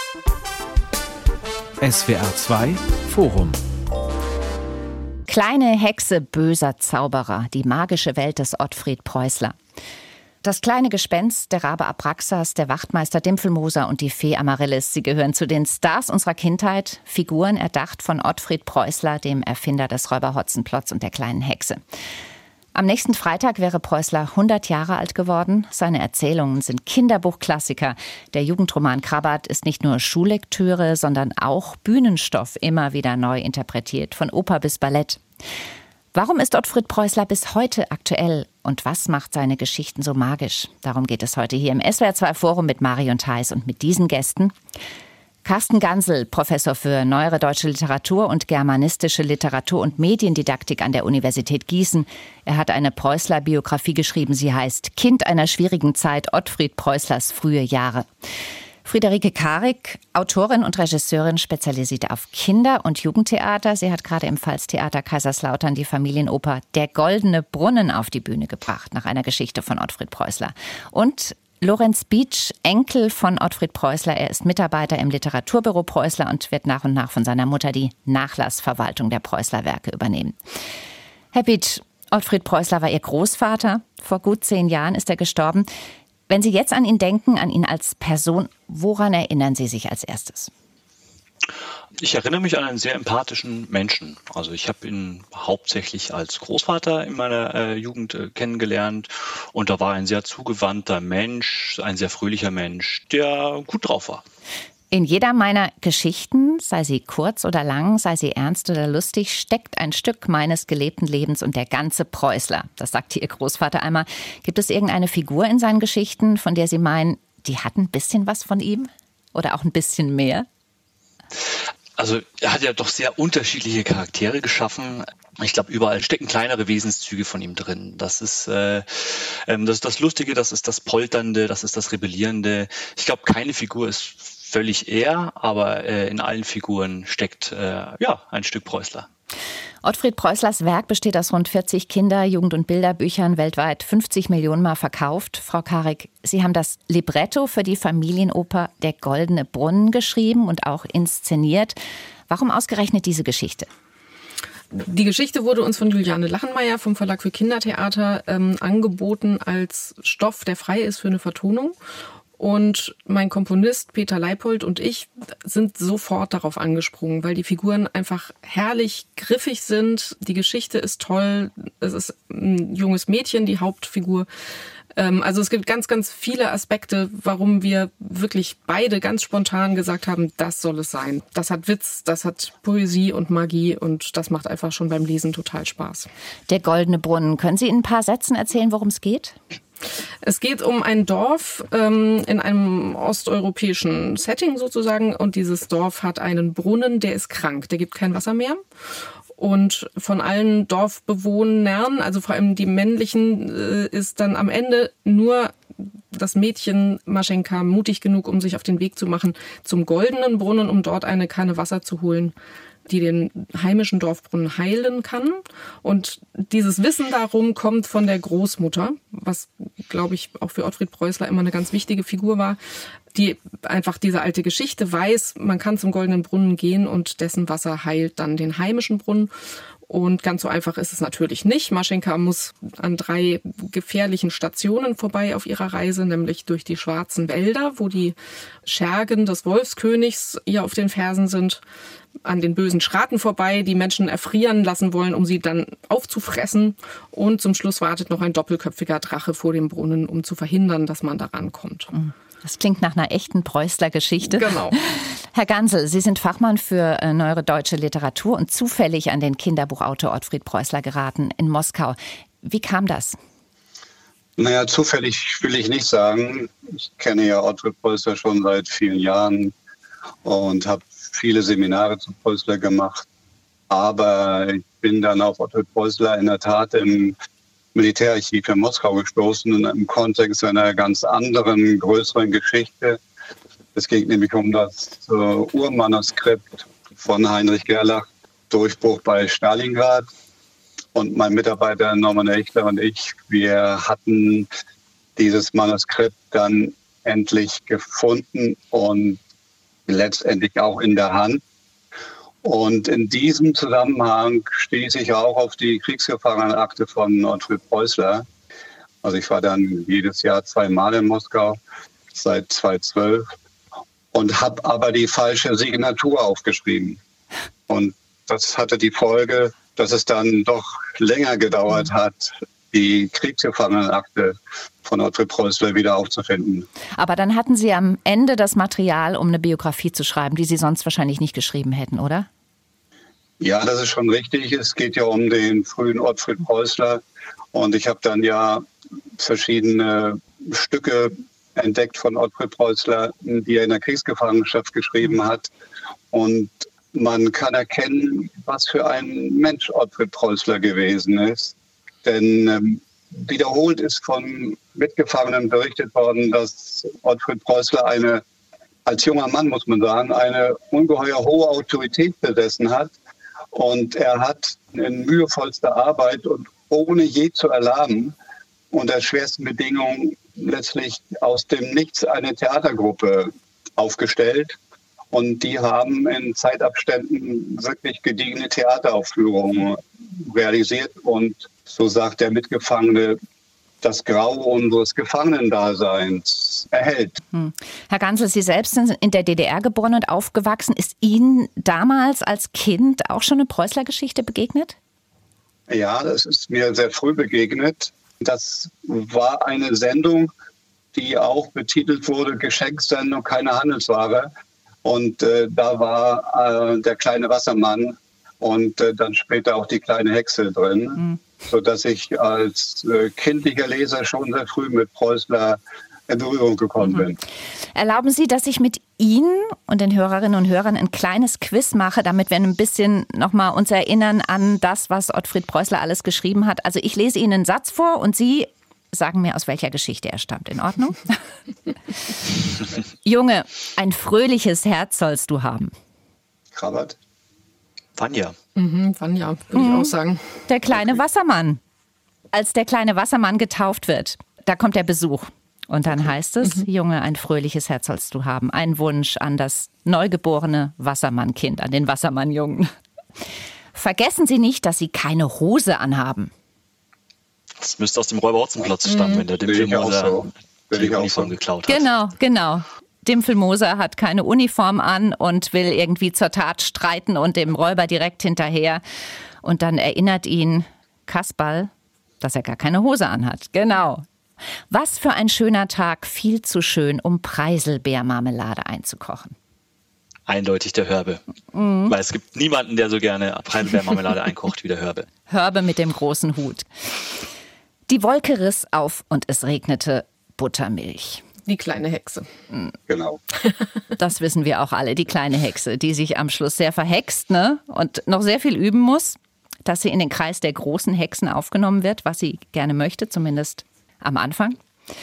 SWR 2 Forum. Kleine Hexe, böser Zauberer, die magische Welt des Ottfried Preußler. Das kleine Gespenst, der Rabe Abraxas, der Wachtmeister Dimpfelmoser und die Fee Amaryllis, sie gehören zu den Stars unserer Kindheit, Figuren erdacht von Ottfried Preußler, dem Erfinder des Räuber Hotzenplotz und der kleinen Hexe. Am nächsten Freitag wäre Preußler 100 Jahre alt geworden. Seine Erzählungen sind Kinderbuchklassiker. Der Jugendroman Krabat ist nicht nur Schullektüre, sondern auch Bühnenstoff, immer wieder neu interpretiert, von Oper bis Ballett. Warum ist Ottfried Preußler bis heute aktuell und was macht seine Geschichten so magisch? Darum geht es heute hier im SWR 2 Forum mit Marion Theis und mit diesen Gästen. Carsten Gansel, Professor für Neuere Deutsche Literatur und Germanistische Literatur und Mediendidaktik an der Universität Gießen. Er hat eine Preußler-Biografie geschrieben. Sie heißt »Kind einer schwierigen Zeit, Ottfried Preußlers frühe Jahre«. Friederike Karik, Autorin und Regisseurin, spezialisiert auf Kinder- und Jugendtheater. Sie hat gerade im Pfalztheater Kaiserslautern die Familienoper »Der goldene Brunnen« auf die Bühne gebracht, nach einer Geschichte von Ottfried Preußler. Und Lorenz Beetsch, Enkel von Ottfried Preußler. Er ist Mitarbeiter im Literaturbüro Preußler und wird nach und nach von seiner Mutter die Nachlassverwaltung der Preußler Werke übernehmen. Herr Beetsch, Ottfried Preußler war Ihr Großvater. Vor gut 10 Jahren ist er gestorben. Wenn Sie jetzt an ihn denken, an ihn als Person, woran erinnern Sie sich als erstes? Ich erinnere mich an einen sehr empathischen Menschen. Also ich habe ihn hauptsächlich als Großvater in meiner Jugend kennengelernt und da war ein sehr zugewandter Mensch, ein sehr fröhlicher Mensch, der gut drauf war. In jeder meiner Geschichten, sei sie kurz oder lang, sei sie ernst oder lustig, steckt ein Stück meines gelebten Lebens und der ganze Preußler. Das sagte Ihr Großvater einmal. Gibt es irgendeine Figur in seinen Geschichten, von der Sie meinen, die hat ein bisschen was von ihm? Oder auch ein bisschen mehr? Also er hat ja doch sehr unterschiedliche Charaktere geschaffen. Ich glaube, überall stecken kleinere Wesenszüge von ihm drin. Das ist das Lustige, das ist das Polternde, das ist das Rebellierende. Ich glaube, keine Figur ist völlig er, aber in allen Figuren steckt ein Stück Preußler. Ottfried Preußlers Werk besteht aus rund 40 Kinder-, Jugend- und Bilderbüchern, weltweit 50 Millionen Mal verkauft. Frau Karik, Sie haben das Libretto für die Familienoper »Der goldene Brunnen« geschrieben und auch inszeniert. Warum ausgerechnet diese Geschichte? Die Geschichte wurde uns von Juliane Lachenmeier vom Verlag für Kindertheater angeboten als Stoff, der frei ist für eine Vertonung. Und mein Komponist Peter Leipold und ich sind sofort darauf angesprungen, weil die Figuren einfach herrlich griffig sind. Die Geschichte ist toll. Es ist ein junges Mädchen, die Hauptfigur. Also es gibt ganz, ganz viele Aspekte, warum wir wirklich beide ganz spontan gesagt haben, das soll es sein. Das hat Witz, das hat Poesie und Magie und das macht einfach schon beim Lesen total Spaß. Der goldene Brunnen. Können Sie in ein paar Sätzen erzählen, worum es geht? Es geht um ein Dorf in einem osteuropäischen Setting sozusagen und dieses Dorf hat einen Brunnen, der ist krank, der gibt kein Wasser mehr. Und von allen Dorfbewohnern, also vor allem die männlichen, ist dann am Ende nur das Mädchen Maschenka mutig genug, um sich auf den Weg zu machen zum goldenen Brunnen, um dort eine Kanne Wasser zu holen, die den heimischen Dorfbrunnen heilen kann. Und dieses Wissen darum kommt von der Großmutter, was, glaube ich, auch für Ottfried Preußler immer eine ganz wichtige Figur war, die einfach diese alte Geschichte weiß, man kann zum goldenen Brunnen gehen und dessen Wasser heilt dann den heimischen Brunnen. Und ganz so einfach ist es natürlich nicht. Maschenka muss an 3 gefährlichen Stationen vorbei auf ihrer Reise, nämlich durch die schwarzen Wälder, wo die Schergen des Wolfskönigs ihr auf den Fersen sind, an den bösen Schraten vorbei, die Menschen erfrieren lassen wollen, um sie dann aufzufressen. Und zum Schluss wartet noch ein doppelköpfiger Drache vor dem Brunnen, um zu verhindern, dass man da rankommt. Das klingt nach einer echten Preußler-Geschichte. Genau. Herr Gansel, Sie sind Fachmann für Neuere Deutsche Literatur und zufällig an den Kinderbuchautor Ottfried Preußler geraten in Moskau. Wie kam das? Naja, zufällig will ich nicht sagen. Ich kenne ja Ottfried Preußler schon seit vielen Jahren und habe viele Seminare zu Preußler gemacht. Aber ich bin dann auf Ottfried Preußler in der Tat im Militärarchiv in Moskau gestoßen und im Kontext einer ganz anderen, größeren Geschichte. Es ging nämlich um das Urmanuskript von Heinrich Gerlach, Durchbruch bei Stalingrad. Und mein Mitarbeiter Norman Echtler und ich, wir hatten dieses Manuskript dann endlich gefunden und letztendlich auch in der Hand. Und in diesem Zusammenhang stieß ich auch auf die Kriegsgefangenenakte von Ottfried Preußler. Also ich war dann jedes Jahr 2-mal in Moskau seit 2012 und habe aber die falsche Signatur aufgeschrieben. Und das hatte die Folge, dass es dann doch länger gedauert hat, die Kriegsgefangenenakte von Ottfried Preußler wieder aufzufinden. Aber dann hatten Sie am Ende das Material, um eine Biografie zu schreiben, die Sie sonst wahrscheinlich nicht geschrieben hätten, oder? Ja, das ist schon richtig. Es geht ja um den frühen Ottfried Preußler. Und ich habe dann ja verschiedene Stücke entdeckt von Ottfried Preußler, die er in der Kriegsgefangenschaft geschrieben hat. Und man kann erkennen, was für ein Mensch Ottfried Preußler gewesen ist. Denn wiederholt ist von Mitgefangenen berichtet worden, dass Ottfried Preußler als junger Mann, muss man sagen, eine ungeheuer hohe Autorität besessen hat. Und er hat in mühevollster Arbeit und ohne je zu erlahmen, unter schwersten Bedingungen letztlich aus dem Nichts eine Theatergruppe aufgestellt. Und die haben in Zeitabständen wirklich gediegene Theateraufführungen realisiert. Und so sagt der Mitgefangene, das Grau unseres Gefangenendaseins erhält. Herr Gansel, Sie selbst sind in der DDR geboren und aufgewachsen. Ist Ihnen damals als Kind auch schon eine Preußler-Geschichte begegnet? Ja, das ist mir sehr früh begegnet. Das war eine Sendung, die auch betitelt wurde, Geschenkssendung, keine Handelsware. Und da war der kleine Wassermann und dann später auch die kleine Hexe drin, sodass ich als kindlicher Leser schon sehr früh mit Preußler in Berührung gekommen bin. Erlauben Sie, dass ich mit Ihnen und den Hörerinnen und Hörern ein kleines Quiz mache, damit wir ein bisschen nochmal uns erinnern an das, was Ottfried Preußler alles geschrieben hat. Also ich lese Ihnen einen Satz vor und Sie sagen mir, aus welcher Geschichte er stammt. In Ordnung? Junge, ein fröhliches Herz sollst du haben. Krabat? Vanya. Vanya, würde ich auch sagen. Der kleine Wassermann. Als der kleine Wassermann getauft wird, da kommt der Besuch. Und dann heißt es, Junge, ein fröhliches Herz sollst du haben. Ein Wunsch an das neugeborene Wassermannkind, an den Wassermannjungen. Vergessen Sie nicht, dass Sie keine Hose anhaben. Das müsste aus dem Räuber Hotzenplotz stammen, wenn der Dimpfelmoser die Uniform geklaut hat. Genau. Dimpfelmoser hat keine Uniform an und will irgendwie zur Tat streiten und dem Räuber direkt hinterher. Und dann erinnert ihn Kasperl, dass er gar keine Hose anhat. Genau. Was für ein schöner Tag, viel zu schön, um Preiselbeermarmelade einzukochen. Eindeutig der Hörbe. Weil es gibt niemanden, der so gerne Preiselbeermarmelade einkocht wie der Hörbe. Hörbe mit dem großen Hut. Die Wolke riss auf und es regnete Buttermilch. Die kleine Hexe. Genau. Das wissen wir auch alle, die kleine Hexe, die sich am Schluss sehr verhext, ne? Und noch sehr viel üben muss, dass sie in den Kreis der großen Hexen aufgenommen wird, was sie gerne möchte, zumindest am Anfang.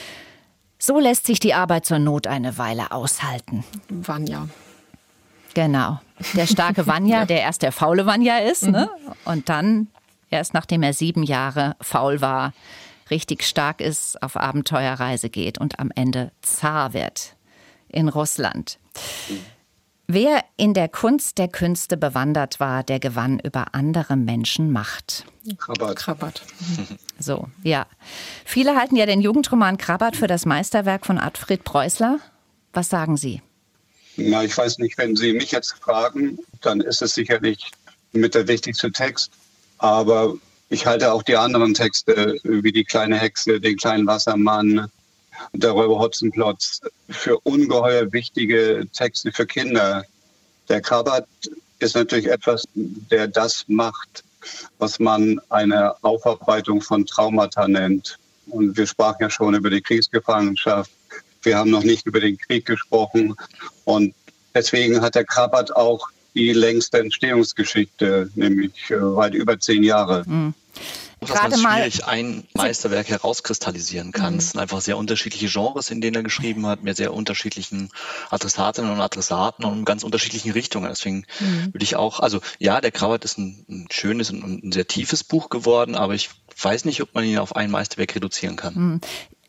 So lässt sich die Arbeit zur Not eine Weile aushalten. Vanya. Genau. Der starke Vanya, der erst der faule Vanya ist, ne? Und dann, erst nachdem er 7 Jahre faul war, richtig stark ist, auf Abenteuerreise geht und am Ende Zar wird in Russland. Wer in der Kunst der Künste bewandert war, der gewann über andere Menschen Macht. Krabat. So, ja. Viele halten ja den Jugendroman Krabat für das Meisterwerk von Ottfried Preußler. Was sagen Sie? Na, ich weiß nicht, wenn Sie mich jetzt fragen, dann ist es sicherlich mit der wichtigste Text. Aber ich halte auch die anderen Texte, wie die kleine Hexe, den kleinen Wassermann, der Räuber Hotzenplotz, für ungeheuer wichtige Texte für Kinder. Der Krabat ist natürlich etwas, der das macht, was man eine Aufarbeitung von Traumata nennt. Und wir sprachen ja schon über die Kriegsgefangenschaft. Wir haben noch nicht über den Krieg gesprochen. Und deswegen hat der Krabat auch die längste Entstehungsgeschichte, nämlich weit über 10 Jahre. Dass man schwierig ein Meisterwerk herauskristallisieren kann. Es sind einfach sehr unterschiedliche Genres, in denen er geschrieben hat, mit sehr unterschiedlichen Adressatinnen und Adressaten und in ganz unterschiedlichen Richtungen. Deswegen würde ich auch, also ja, der Krabat ist ein schönes und ein sehr tiefes Buch geworden, aber ich weiß nicht, ob man ihn auf ein Meisterwerk reduzieren kann.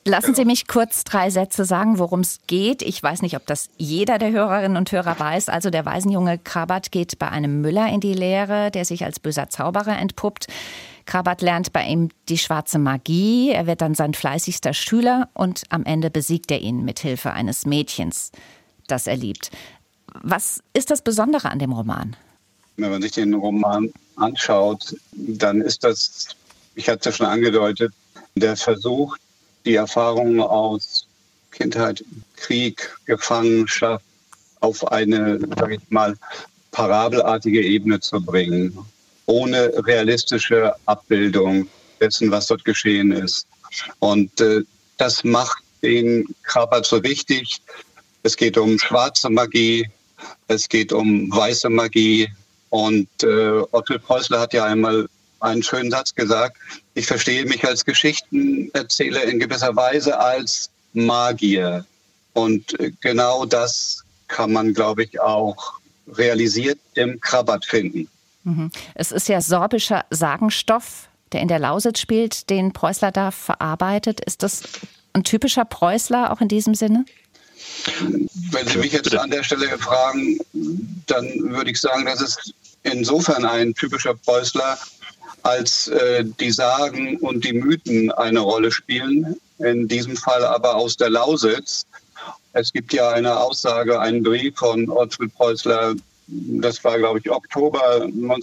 Lassen Sie mich kurz 3 Sätze sagen, worum es geht. Ich weiß nicht, ob das jeder der Hörerinnen und Hörer weiß. Also der Waisenjunge Krabat geht bei einem Müller in die Lehre, der sich als böser Zauberer entpuppt. Krabat lernt bei ihm die schwarze Magie. Er wird dann sein fleißigster Schüler und am Ende besiegt er ihn mit Hilfe eines Mädchens, das er liebt. Was ist das Besondere an dem Roman? Wenn man sich den Roman anschaut, dann ist das, ich hatte es ja schon angedeutet, der Versuch, die Erfahrungen aus Kindheit, Krieg, Gefangenschaft auf eine, sag ich mal, parabelartige Ebene zu bringen, ohne realistische Abbildung dessen, was dort geschehen ist. Und das macht den Krabat so wichtig. Es geht um schwarze Magie, es geht um weiße Magie. Und Ottfried Preußler hat ja einmal einen schönen Satz gesagt: Ich verstehe mich als Geschichtenerzähler in gewisser Weise als Magier. Und genau das kann man, glaube ich, auch realisiert im Krabat finden. Es ist ja sorbischer Sagenstoff, der in der Lausitz spielt, den Preußler da verarbeitet. Ist das ein typischer Preußler auch in diesem Sinne? Wenn Sie mich jetzt an der Stelle fragen, dann würde ich sagen, das ist insofern ein typischer Preußler, als die Sagen und die Mythen eine Rolle spielen, in diesem Fall aber aus der Lausitz. Es gibt ja eine Aussage, einen Brief von Ottfried Preußler, das war, glaube ich, Oktober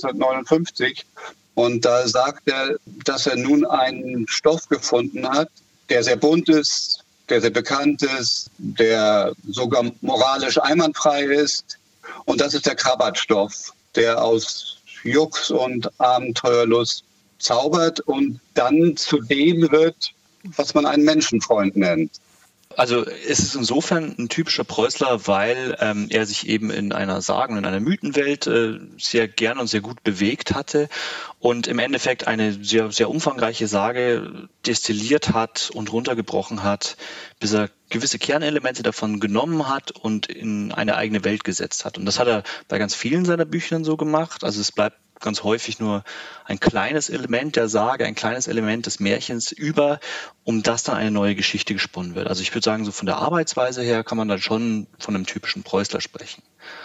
1959, und da sagt er, dass er nun einen Stoff gefunden hat, der sehr bunt ist, der sehr bekannt ist, der sogar moralisch einwandfrei ist, und das ist der Krabatstoff, der aus Jux und Abenteuerlust zaubert und dann zu dem wird, was man einen Menschenfreund nennt. Also es ist insofern ein typischer Preußler, weil er sich eben in einer Sagen- und einer Mythenwelt sehr gern und sehr gut bewegt hatte und im Endeffekt eine sehr, sehr umfangreiche Sage destilliert hat und runtergebrochen hat, bis er gewisse Kernelemente davon genommen hat und in eine eigene Welt gesetzt hat. Und das hat er bei ganz vielen seiner Büchern so gemacht. Also es bleibt ganz häufig nur ein kleines Element der Sage, ein kleines Element des Märchens über, um das dann eine neue Geschichte gesponnen wird. Also ich würde sagen, so von der Arbeitsweise her kann man dann schon von einem typischen Preußler sprechen.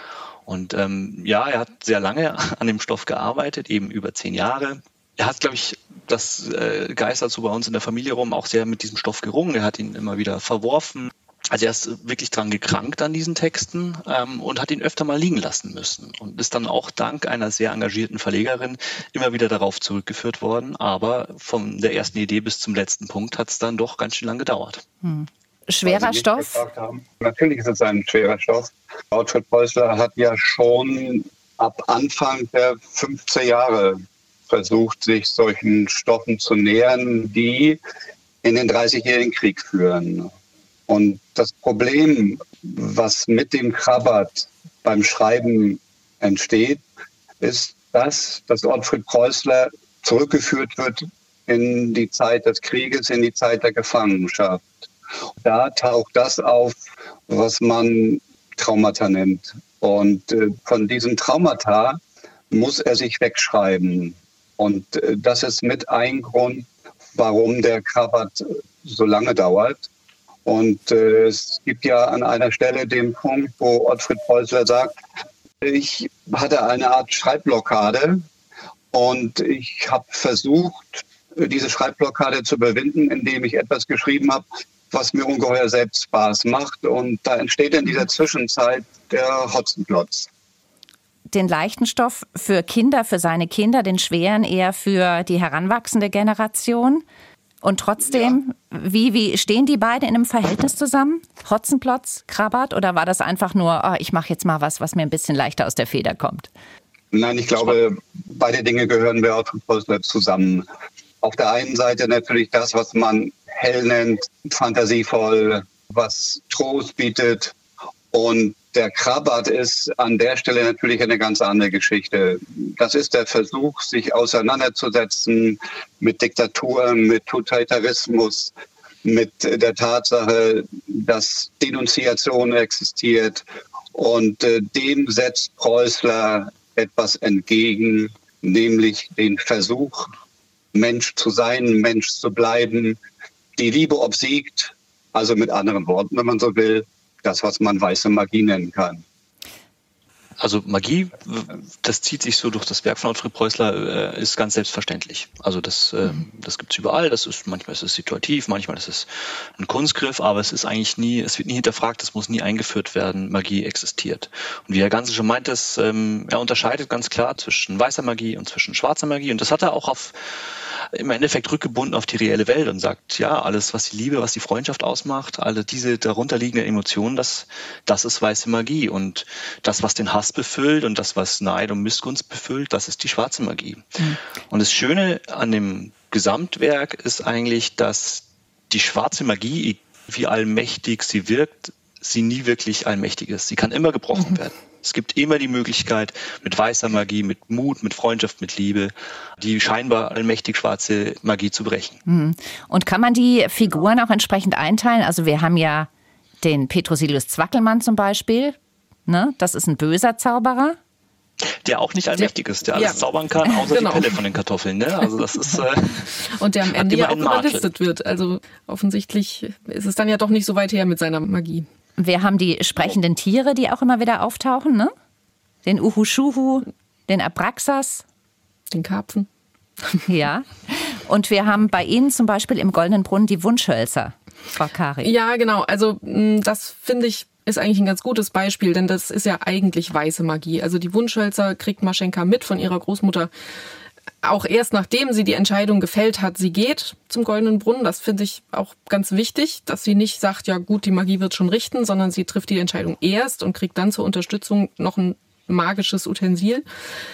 Und er hat sehr lange an dem Stoff gearbeitet, eben über 10 Jahre. Er hat, glaube ich, das geistert so bei uns in der Familie rum, auch sehr mit diesem Stoff gerungen. Er hat ihn immer wieder verworfen. Also er ist wirklich dran gekrankt an diesen Texten und hat ihn öfter mal liegen lassen müssen und ist dann auch dank einer sehr engagierten Verlegerin immer wieder darauf zurückgeführt worden. Aber von der ersten Idee bis zum letzten Punkt hat es dann doch ganz schön lang gedauert. Schwerer Stoff? Natürlich ist es ein schwerer Stoff. Ottfried Preußler hat ja schon ab Anfang der 50er Jahre versucht, sich solchen Stoffen zu nähern, die in den 30-jährigen Krieg führen. Und das Problem, was mit dem Krabat beim Schreiben entsteht, ist, dass Ottfried Preußler zurückgeführt wird in die Zeit des Krieges, in die Zeit der Gefangenschaft. Da taucht das auf, was man Traumata nennt. Und von diesen Traumata muss er sich wegschreiben. Und das ist mit ein Grund, warum der Krabat so lange dauert. Und es gibt ja an einer Stelle den Punkt, wo Ottfried Preußler sagt, ich hatte eine Art Schreibblockade und ich habe versucht, diese Schreibblockade zu überwinden, indem ich etwas geschrieben habe, was mir ungeheuer selbst Spaß macht. Und da entsteht in dieser Zwischenzeit der Hotzenplotz. Den leichten Stoff für Kinder, für seine Kinder, den schweren eher für die heranwachsende Generation. Und trotzdem, wie stehen die beiden in einem Verhältnis zusammen? Hotzenplotz, Krabat, oder war das einfach nur, ich mache jetzt mal was mir ein bisschen leichter aus der Feder kommt? Nein, ich glaube, beide Dinge gehören bei Ottfried Preußler zusammen. Auf der einen Seite natürlich das, was man hell nennt, fantasievoll, was Trost bietet. Und der Krabat ist an der Stelle natürlich eine ganz andere Geschichte. Das ist der Versuch, sich auseinanderzusetzen mit Diktatur, mit Totalitarismus, mit der Tatsache, dass Denunziation existiert. Und dem setzt Preußler etwas entgegen, nämlich den Versuch, Mensch zu sein, Mensch zu bleiben, die Liebe obsiegt. Also mit anderen Worten, wenn man so will, das, was man weiße Magie nennen kann. Also Magie, das zieht sich so durch das Werk von Ottfried Preußler, ist ganz selbstverständlich. Also das gibt's überall. Manchmal ist es situativ, manchmal ist es ein Kunstgriff, aber es wird nie hinterfragt, es muss nie eingeführt werden. Magie existiert. Und wie Herr Gansel schon meint, er unterscheidet ganz klar zwischen weißer Magie und zwischen schwarzer Magie. Und das hat er auch im Endeffekt rückgebunden auf die reelle Welt und sagt, ja, alles, was die Liebe, was die Freundschaft ausmacht, alle diese darunterliegenden Emotionen, das ist weiße Magie. Und das, was den Hass befüllt und das, was Neid und Missgunst befüllt, das ist die schwarze Magie. Mhm. Und das Schöne an dem Gesamtwerk ist eigentlich, dass die schwarze Magie, wie allmächtig sie wirkt, sie nie wirklich allmächtig ist. Sie kann immer gebrochen werden. Es gibt immer die Möglichkeit, mit weißer Magie, mit Mut, mit Freundschaft, mit Liebe, die scheinbar allmächtig schwarze Magie zu brechen. Und kann man die Figuren auch entsprechend einteilen? Also wir haben ja den Petrosilius Zwackelmann zum Beispiel. Ne? Das ist ein böser Zauberer. Der auch nicht allmächtig ist, der alles zaubern kann, außer die Pelle von den Kartoffeln. Ne? Also das ist und der am Ende ja auch überlistet wird. Also offensichtlich ist es dann ja doch nicht so weit her mit seiner Magie. Wir haben die sprechenden Tiere, die auch immer wieder auftauchen, ne? Den Uhuschuhu, den Abraxas. Den Karpfen. Ja. Und wir haben bei Ihnen zum Beispiel im Goldenen Brunnen die Wunschhölzer, Frau Kari. Ja, genau. Also das finde ich ist eigentlich ein ganz gutes Beispiel, denn das ist ja eigentlich weiße Magie. Also die Wunschhölzer kriegt Maschenka mit von ihrer Großmutter. Auch erst nachdem sie die Entscheidung gefällt hat, sie geht zum Goldenen Brunnen. Das finde ich auch ganz wichtig, dass sie nicht sagt, ja gut, die Magie wird schon richten, sondern sie trifft die Entscheidung erst und kriegt dann zur Unterstützung noch ein magisches Utensil.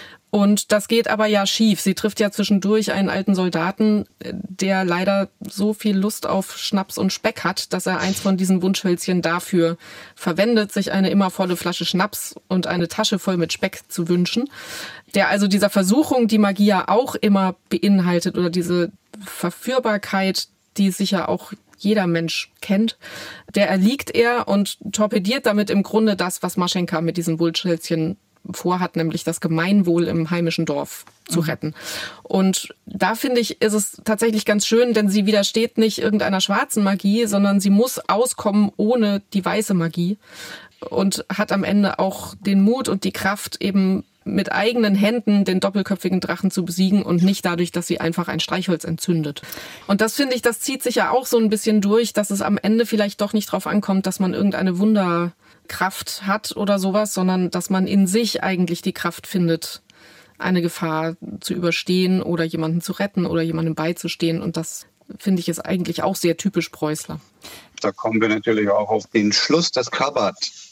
Und das geht aber ja schief. Sie trifft ja zwischendurch einen alten Soldaten, der leider so viel Lust auf Schnaps und Speck hat, dass er eins von diesen Wunschhölzchen dafür verwendet, sich eine immer volle Flasche Schnaps und eine Tasche voll mit Speck zu wünschen. Der also dieser Versuchung, die Magie ja auch immer beinhaltet, oder diese Verführbarkeit, die sicher auch jeder Mensch kennt, der erliegt er und torpediert damit im Grunde das, was Maschenka mit diesen Wunschhölzchen vorhat, nämlich das Gemeinwohl im heimischen Dorf zu retten. Und da finde ich, ist es tatsächlich ganz schön, denn sie widersteht nicht irgendeiner schwarzen Magie, sondern sie muss auskommen ohne die weiße Magie und hat am Ende auch den Mut und die Kraft, eben mit eigenen Händen den doppelköpfigen Drachen zu besiegen und nicht dadurch, dass sie einfach ein Streichholz entzündet. Und das finde ich, das zieht sich ja auch so ein bisschen durch, dass es am Ende vielleicht doch nicht drauf ankommt, dass man irgendeine Wunderkraft hat oder sowas, sondern dass man in sich eigentlich die Kraft findet, eine Gefahr zu überstehen oder jemanden zu retten oder jemandem beizustehen. Und das finde ich ist eigentlich auch sehr typisch Preußler. Da kommen wir natürlich auch auf den Schluss des Krabat.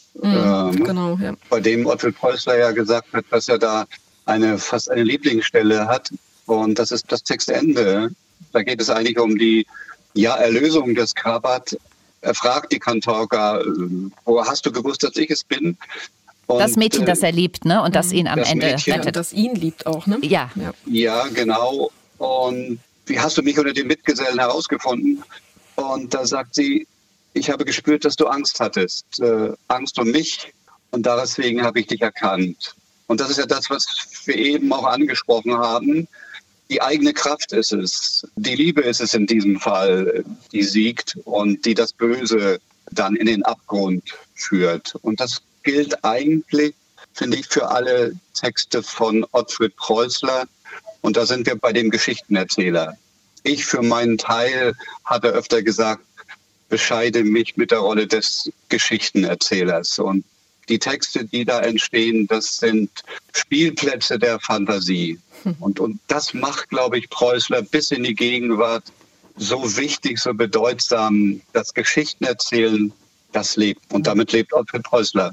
Genau, ja. Bei dem Ottfried Preußler ja gesagt hat, dass er da fast eine Lieblingsstelle hat. Und das ist das Textende. Da geht es eigentlich um die Erlösung des Krabat. Er fragt die Kantorka, wo hast du gewusst, dass ich es bin? Und, das Mädchen, das er liebt, ne? Und das ihn am Ende rettet. Ja, das ihn liebt auch, ne? Ja. Ja, genau. Und wie hast du mich unter den Mitgesellen herausgefunden? Und da sagt sie, ich habe gespürt, dass du Angst hattest. Angst um mich. Und deswegen habe ich dich erkannt. Und das ist ja das, was wir eben auch angesprochen haben. Die eigene Kraft ist es. Die Liebe ist es in diesem Fall, die siegt und die das Böse dann in den Abgrund führt. Und das gilt eigentlich, finde ich, für alle Texte von Ottfried Preußler. Und da sind wir bei dem Geschichtenerzähler. Ich für meinen Teil hatte öfter gesagt, bescheide mich mit der Rolle des Geschichtenerzählers. Und die Texte, die da entstehen, das sind Spielplätze der Fantasie. Und das macht, glaube ich, Preußler bis in die Gegenwart so wichtig, so bedeutsam. Das Geschichtenerzählen, das lebt. Und damit lebt Ottfried Preußler.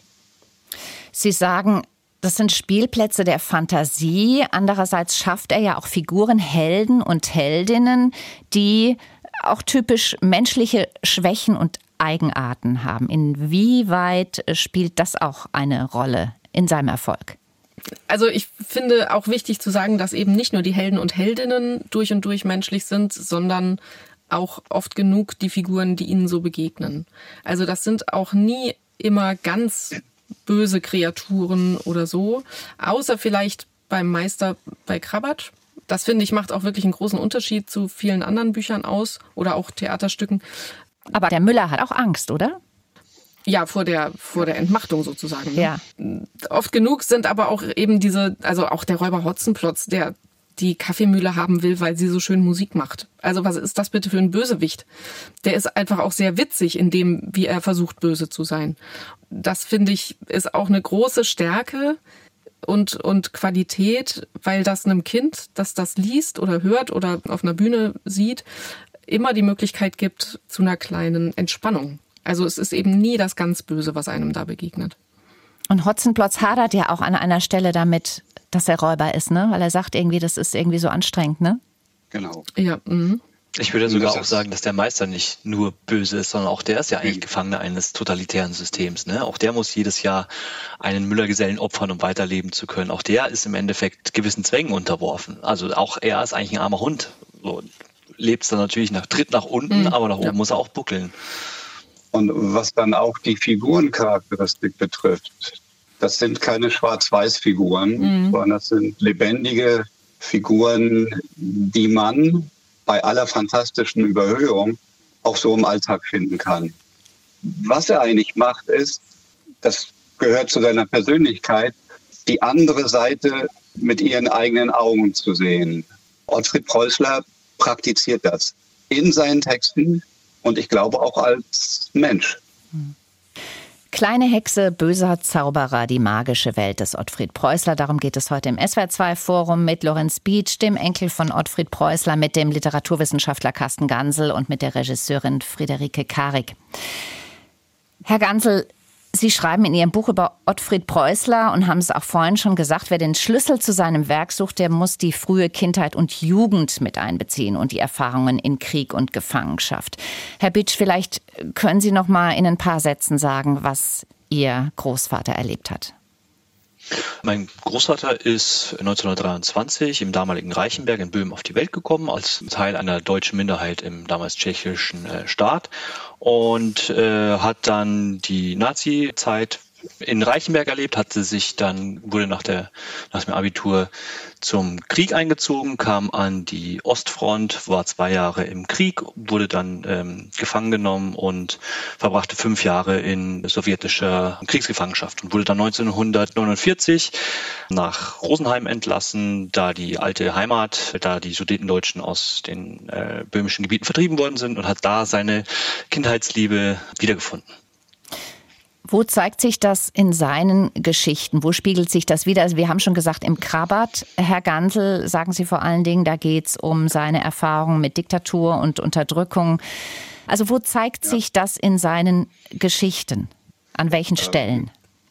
Sie sagen, das sind Spielplätze der Fantasie. Andererseits schafft er ja auch Figuren, Helden und Heldinnen, die auch typisch menschliche Schwächen und Eigenarten haben. Inwieweit spielt das auch eine Rolle in seinem Erfolg? Also ich finde auch wichtig zu sagen, dass eben nicht nur die Helden und Heldinnen durch und durch menschlich sind, sondern auch oft genug die Figuren, die ihnen so begegnen. Also das sind auch nie immer ganz böse Kreaturen oder so, außer vielleicht beim Meister bei Krabat. Das, finde ich, macht auch wirklich einen großen Unterschied zu vielen anderen Büchern aus oder auch Theaterstücken. Aber der Müller hat auch Angst, oder? Ja, vor der Entmachtung sozusagen. Ja. Oft genug sind aber auch eben also auch der Räuber Hotzenplotz, der die Kaffeemühle haben will, weil sie so schön Musik macht. Also was ist das bitte für ein Bösewicht? Der ist einfach auch sehr witzig in dem, wie er versucht, böse zu sein. Das, finde ich, ist auch eine große Stärke und Qualität, weil das einem Kind, das das liest oder hört oder auf einer Bühne sieht, immer die Möglichkeit gibt zu einer kleinen Entspannung. Also es ist eben nie das ganz Böse, was einem da begegnet. Und Hotzenplotz hadert ja auch an einer Stelle damit, dass er Räuber ist, ne? Weil er sagt irgendwie, das ist irgendwie so anstrengend, ne? Genau. Ja. Ich würde sogar auch sagen, dass der Meister nicht nur böse ist, sondern auch der ist ja eigentlich Gefangener eines totalitären Systems, ne? Auch der muss jedes Jahr einen Müllergesellen opfern, um weiterleben zu können. Auch der ist im Endeffekt gewissen Zwängen unterworfen. Also auch er ist eigentlich ein armer Hund. So, lebt dann natürlich tritt nach unten, aber nach oben muss er auch buckeln. Und was dann auch die Figurencharakteristik betrifft, das sind keine Schwarz-Weiß-Figuren, sondern das sind lebendige Figuren, die man bei aller fantastischen Überhöhung auch so im Alltag finden kann. Was er eigentlich macht, ist, das gehört zu seiner Persönlichkeit, die andere Seite mit ihren eigenen Augen zu sehen. Ottfried Preußler praktiziert das in seinen Texten und ich glaube auch als Mensch. Kleine Hexe, böser Zauberer, die magische Welt des Ottfried Preußler. Darum geht es heute im SWR2-Forum mit Lorenz Beach, dem Enkel von Ottfried Preußler, mit dem Literaturwissenschaftler Carsten Gansel und mit der Regisseurin Friederike Karik. Herr Gansel, Sie schreiben in Ihrem Buch über Ottfried Preußler und haben es auch vorhin schon gesagt, wer den Schlüssel zu seinem Werk sucht, der muss die frühe Kindheit und Jugend mit einbeziehen und die Erfahrungen in Krieg und Gefangenschaft. Herr Bitsch, vielleicht können Sie noch mal in ein paar Sätzen sagen, was Ihr Großvater erlebt hat. Mein Großvater ist 1923 im damaligen Reichenberg in Böhmen auf die Welt gekommen, als Teil einer deutschen Minderheit im damals tschechischen Staat und hat dann die Nazi-Zeit in Reichenberg erlebt, wurde nach dem Abitur zum Krieg eingezogen, kam an die Ostfront, war 2 Jahre im Krieg, wurde dann gefangen genommen und verbrachte 5 Jahre in sowjetischer Kriegsgefangenschaft und wurde dann 1949 nach Rosenheim entlassen, da die alte Heimat, da die Sudetendeutschen aus den böhmischen Gebieten vertrieben worden sind und hat da seine Kindheitsliebe wiedergefunden. Wo zeigt sich das in seinen Geschichten? Wo spiegelt sich das wieder? Also wir haben schon gesagt, im Krabat, Herr Gansel, sagen Sie vor allen Dingen, da geht es um seine Erfahrungen mit Diktatur und Unterdrückung. Also wo zeigt sich das in seinen Geschichten? An welchen Stellen?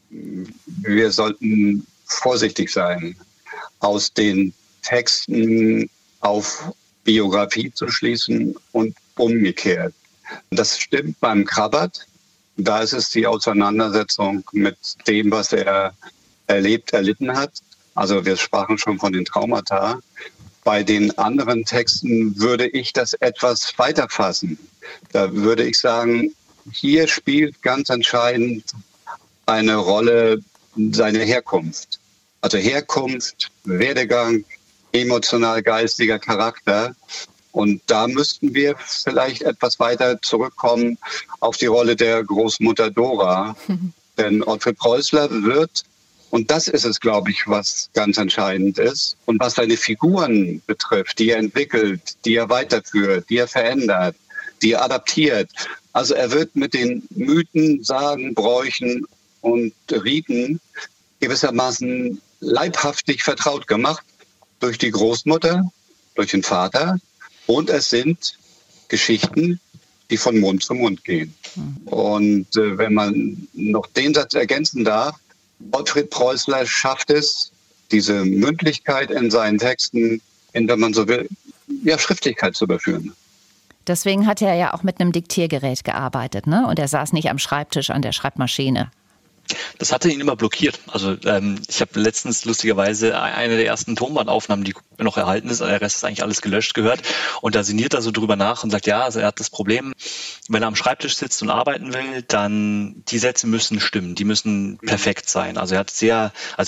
Wir sollten vorsichtig sein, aus den Texten auf Biografie zu schließen und umgekehrt. Das stimmt beim Krabat. Da ist es die Auseinandersetzung mit dem, was er erlitten hat. Also wir sprachen schon von den Traumata. Bei den anderen Texten würde ich das etwas weiter fassen. Da würde ich sagen, hier spielt ganz entscheidend eine Rolle seine Herkunft. Also Herkunft, Werdegang, emotional-geistiger Charakter. Und da müssten wir vielleicht etwas weiter zurückkommen auf die Rolle der Großmutter Dora. Denn Ottfried Preußler wird, und das ist es, glaube ich, was ganz entscheidend ist, und was seine Figuren betrifft, die er entwickelt, die er weiterführt, die er verändert, die er adaptiert. Also er wird mit den Mythen, Sagen, Bräuchen und Riten gewissermaßen leibhaftig vertraut gemacht durch die Großmutter, durch den Vater. Und es sind Geschichten, die von Mund zu Mund gehen. Und wenn man noch den Satz ergänzen darf, Ottfried Preußler schafft es, diese Mündlichkeit in seinen Texten, wenn man so will, ja, Schriftlichkeit zu überführen. Deswegen hat er ja auch mit einem Diktiergerät gearbeitet, ne? Und er saß nicht am Schreibtisch an der Schreibmaschine. Das hatte ihn immer blockiert. Also ich habe letztens lustigerweise eine der ersten Tonbandaufnahmen, die noch erhalten ist, der Rest ist eigentlich alles gelöscht, gehört. Und da sinniert er so drüber nach und sagt, ja, also er hat das Problem, wenn er am Schreibtisch sitzt und arbeiten will, dann die Sätze müssen stimmen, die müssen perfekt sein. Also er hat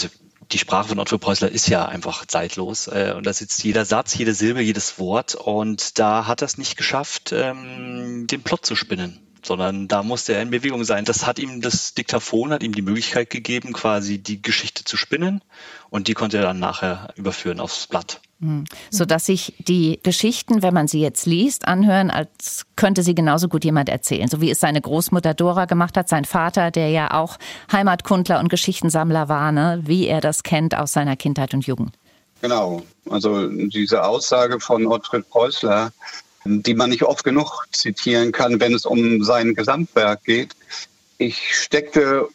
Die Sprache von Ottfried Preußler ist ja einfach zeitlos. Und da sitzt jeder Satz, jede Silbe, jedes Wort. Und da hat er es nicht geschafft, den Plot zu spinnen, sondern da musste er in Bewegung sein. Das Diktaphon hat ihm die Möglichkeit gegeben, quasi die Geschichte zu spinnen. Und die konnte er dann nachher überführen aufs Blatt. Sodass sich die Geschichten, wenn man sie jetzt liest, anhören, als könnte sie genauso gut jemand erzählen. So wie es seine Großmutter Dora gemacht hat, sein Vater, der ja auch Heimatkundler und Geschichtensammler war, ne? Wie er das kennt aus seiner Kindheit und Jugend. Genau, also diese Aussage von Ottfried Preußler, die man nicht oft genug zitieren kann, wenn es um sein Gesamtwerk geht. Ich stecke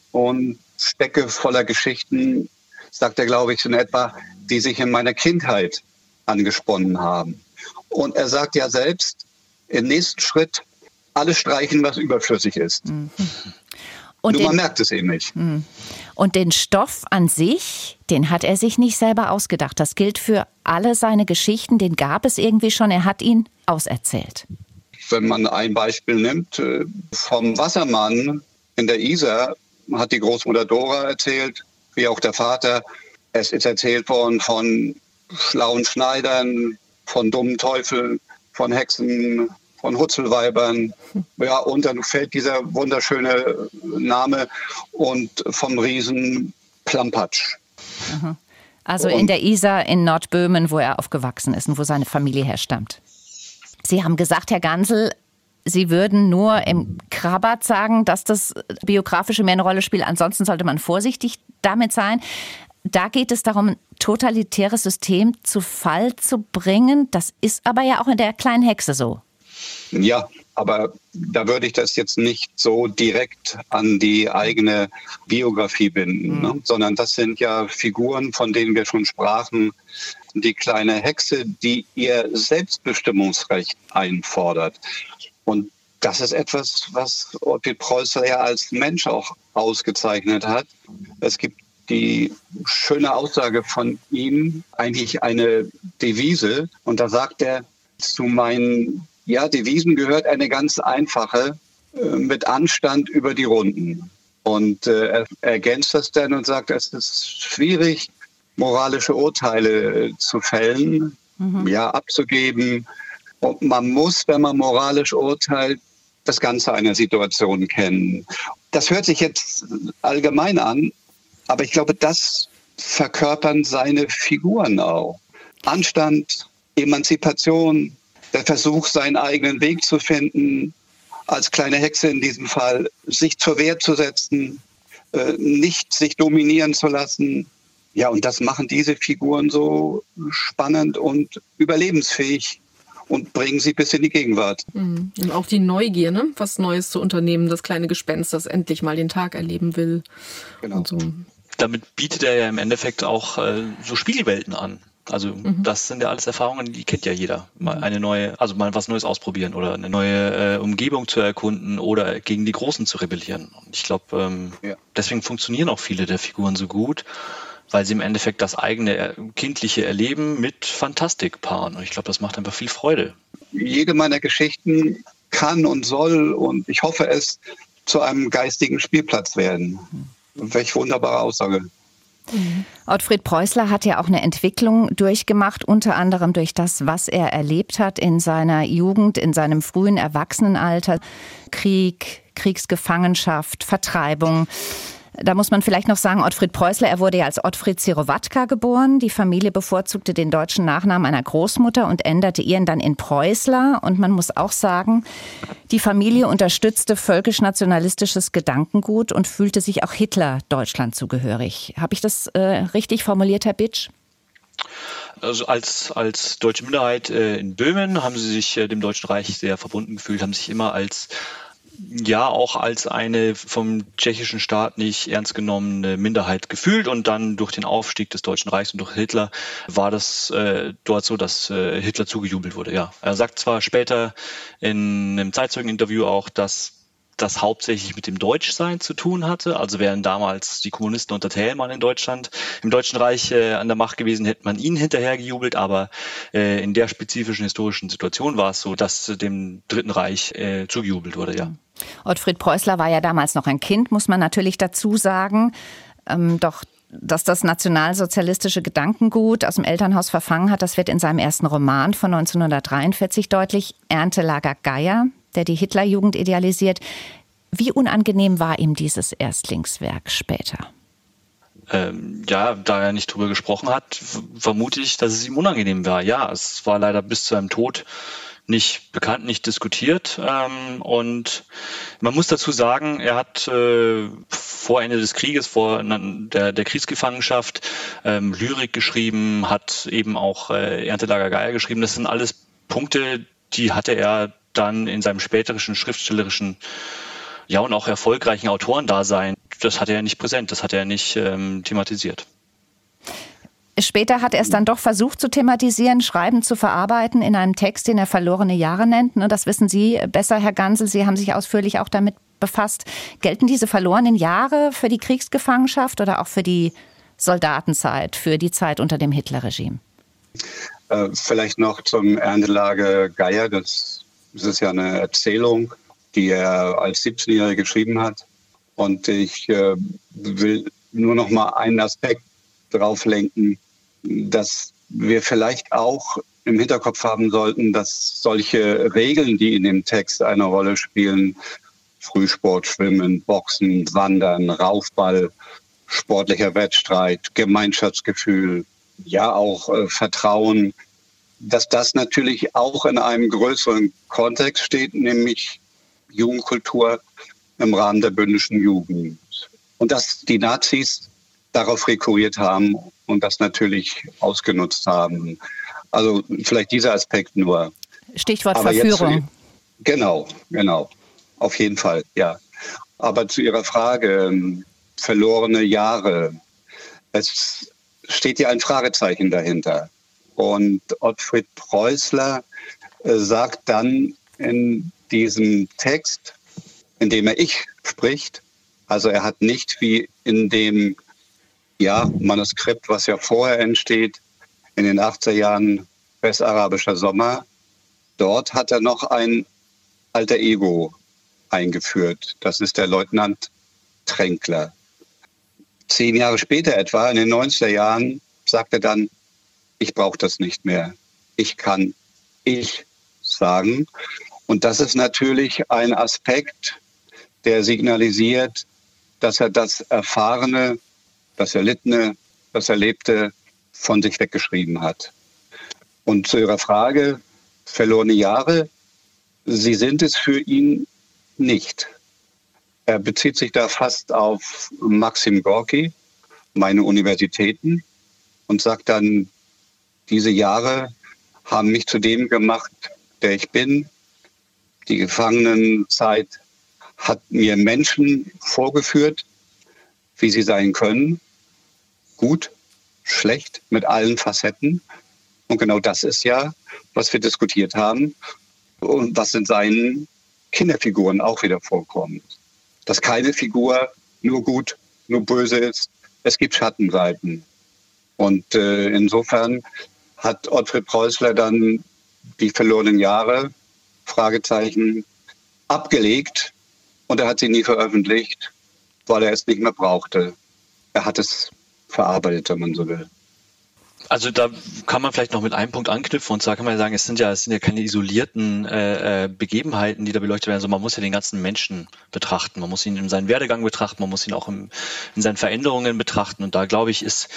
voller Geschichten, sagt er, glaube ich, in etwa, die sich in meiner Kindheit angesponnen haben. Und er sagt ja selbst, im nächsten Schritt alles streichen, was überflüssig ist. Mhm. Nur man merkt es eben nicht. Und den Stoff an sich, den hat er sich nicht selber ausgedacht. Das gilt für alle seine Geschichten, den gab es irgendwie schon, er hat ihn auserzählt. Wenn man ein Beispiel nimmt, vom Wassermann in der Isar hat die Großmutter Dora erzählt, wie auch der Vater. Es ist erzählt worden von schlauen Schneidern, von dummen Teufeln, von Hexen, von Hutzelweibern. Ja, und dann fällt dieser wunderschöne Name und vom Riesen Plampatsch. Also in der Isar in Nordböhmen, wo er aufgewachsen ist und wo seine Familie herstammt. Sie haben gesagt, Herr Gansel, Sie würden nur im Krabat sagen, dass das Biografische mehr eine Rolle spielt. Ansonsten sollte man vorsichtig damit sein. Da geht es darum, ein totalitäres System zu Fall zu bringen. Das ist aber ja auch in der kleinen Hexe so. Ja, aber da würde ich das jetzt nicht so direkt an die eigene Biografie binden, ne? Sondern das sind ja Figuren, von denen wir schon sprachen. Die kleine Hexe, die ihr Selbstbestimmungsrecht einfordert. Und das ist etwas, was Ottfried Preußler ja als Mensch auch ausgezeichnet hat. Es gibt die schöne Aussage von ihm, eigentlich eine Devise. Und da sagt er, zu meinen Devisen gehört eine ganz einfache, mit Anstand über die Runden. Und er ergänzt das dann und sagt, es ist schwierig, moralische Urteile zu fällen, abzugeben. Und man muss, wenn man moralisch urteilt, das Ganze einer Situation kennen. Das hört sich jetzt allgemein an, aber ich glaube, das verkörpern seine Figuren auch. Anstand, Emanzipation, der Versuch, seinen eigenen Weg zu finden, als kleine Hexe in diesem Fall, sich zur Wehr zu setzen, nicht sich dominieren zu lassen. Ja, und das machen diese Figuren so spannend und überlebensfähig und bringen sie bis in die Gegenwart. Und auch die Neugier, ne? Was Neues zu unternehmen, das kleine Gespenst, das endlich mal den Tag erleben will. Genau. Und so. Damit bietet er ja im Endeffekt auch so Spiegelwelten an. Also das sind ja alles Erfahrungen, die kennt ja jeder. Mal mal was Neues ausprobieren oder eine neue Umgebung zu erkunden oder gegen die Großen zu rebellieren. Und ich glaube, deswegen funktionieren auch viele der Figuren so gut, weil sie im Endeffekt das eigene kindliche Erleben mit Fantastik paaren. Und ich glaube, das macht einfach viel Freude. Jede meiner Geschichten kann und soll, und ich hoffe es, zu einem geistigen Spielplatz werden. Welch wunderbare Aussage. Ottfried Preußler hat ja auch eine Entwicklung durchgemacht, unter anderem durch das, was er erlebt hat in seiner Jugend, in seinem frühen Erwachsenenalter. Krieg, Kriegsgefangenschaft, Vertreibung. Da muss man vielleicht noch sagen, Ottfried Preußler, er wurde ja als Ottfried Sirowatka geboren. Die Familie bevorzugte den deutschen Nachnamen einer Großmutter und änderte ihren dann in Preußler. Und man muss auch sagen, die Familie unterstützte völkisch-nationalistisches Gedankengut und fühlte sich auch Hitler Deutschland zugehörig. Habe ich das richtig formuliert, Herr Bitsch? Also als deutsche Minderheit in Böhmen haben sie sich dem Deutschen Reich sehr verbunden gefühlt, haben sich immer auch als eine vom tschechischen Staat nicht ernst genommene Minderheit gefühlt, und dann durch den Aufstieg des Deutschen Reichs und durch Hitler war das dort so, dass Hitler zugejubelt wurde. Ja, er sagt zwar später in einem Zeitzeugeninterview auch, dass das hauptsächlich mit dem Deutschsein zu tun hatte. Also wären damals die Kommunisten unter Thälmann in Deutschland, im Deutschen Reich an der Macht gewesen, hätte man ihnen hinterher gejubelt. Aber in der spezifischen historischen Situation war es so, dass dem Dritten Reich zugejubelt wurde, ja. Ottfried Preußler war ja damals noch ein Kind, muss man natürlich dazu sagen. Doch dass das nationalsozialistische Gedankengut aus dem Elternhaus verfangen hat, das wird in seinem ersten Roman von 1943 deutlich, Erntelager Geier, der die Hitlerjugend idealisiert. Wie unangenehm war ihm dieses Erstlingswerk später? Da er nicht drüber gesprochen hat, vermute ich, dass es ihm unangenehm war. Ja, es war leider bis zu seinem Tod nicht bekannt, nicht diskutiert. Und man muss dazu sagen, er hat vor Ende des Krieges, vor der Kriegsgefangenschaft Lyrik geschrieben, hat eben auch Erntelager Geier geschrieben. Das sind alles Punkte, die hatte er dann in seinem späteren schriftstellerischen und auch erfolgreichen Autorendasein. Das hatte er nicht präsent, das hat er nicht thematisiert. Später hat er es dann doch versucht zu thematisieren, schreiben zu verarbeiten in einem Text, den er verlorene Jahre nennt. Das wissen Sie besser, Herr Gansel. Sie haben sich ausführlich auch damit befasst. Gelten diese verlorenen Jahre für die Kriegsgefangenschaft oder auch für die Soldatenzeit, für die Zeit unter dem Hitlerregime? Vielleicht noch zum Erntelager Geier. Das ist ja eine Erzählung, die er als 17-Jähriger geschrieben hat. Und ich will nur noch mal einen Aspekt drauf lenken, dass wir vielleicht auch im Hinterkopf haben sollten, dass solche Regeln, die in dem Text eine Rolle spielen, Frühsport, Schwimmen, Boxen, Wandern, Raufball, sportlicher Wettstreit, Gemeinschaftsgefühl, ja auch Vertrauen, dass das natürlich auch in einem größeren Kontext steht, nämlich Jugendkultur im Rahmen der bündischen Jugend. Und dass die Nazis darauf rekurriert haben und das natürlich ausgenutzt haben. Also vielleicht dieser Aspekt nur. Stichwort aber Verführung. Genau. Auf jeden Fall, ja. Aber zu Ihrer Frage, verlorene Jahre. Es steht ja ein Fragezeichen dahinter. Und Ottfried Preußler sagt dann in diesem Text, in dem er Ich spricht, also er hat nicht wie in dem Manuskript, was ja vorher entsteht, in den 80er Jahren Westarabischer Sommer, dort hat er noch ein alter Ego eingeführt. Das ist der Leutnant Tränkler. 10 Jahre später etwa, in den 90er Jahren, sagt er dann, ich brauche das nicht mehr. Ich kann ich sagen. Und das ist natürlich ein Aspekt, der signalisiert, dass er das Erfahrene, das Erlittene, das Erlebte von sich weggeschrieben hat. Und zu Ihrer Frage, verlorene Jahre, sie sind es für ihn nicht. Er bezieht sich da fast auf Maxim Gorki, meine Universitäten, und sagt dann, diese Jahre haben mich zu dem gemacht, der ich bin. Die Gefangenenzeit hat mir Menschen vorgeführt, wie sie sein können. Gut, schlecht, mit allen Facetten. Und genau das ist ja, was wir diskutiert haben und was in seinen Kinderfiguren auch wieder vorkommt. Dass keine Figur nur gut, nur böse ist. Es gibt Schattenseiten. Und insofern hat Ottfried Preußler dann die verlorenen Jahre, Fragezeichen, abgelegt. Und er hat sie nie veröffentlicht, weil er es nicht mehr brauchte. Er hat es verarbeitet, wenn man so will. Also da kann man vielleicht noch mit einem Punkt anknüpfen, und zwar kann man ja sagen, es sind ja keine isolierten Begebenheiten, die da beleuchtet werden, sondern man muss ja den ganzen Menschen betrachten. Man muss ihn in seinen Werdegang betrachten, man muss ihn auch in seinen Veränderungen betrachten. Und da, glaube ich, ist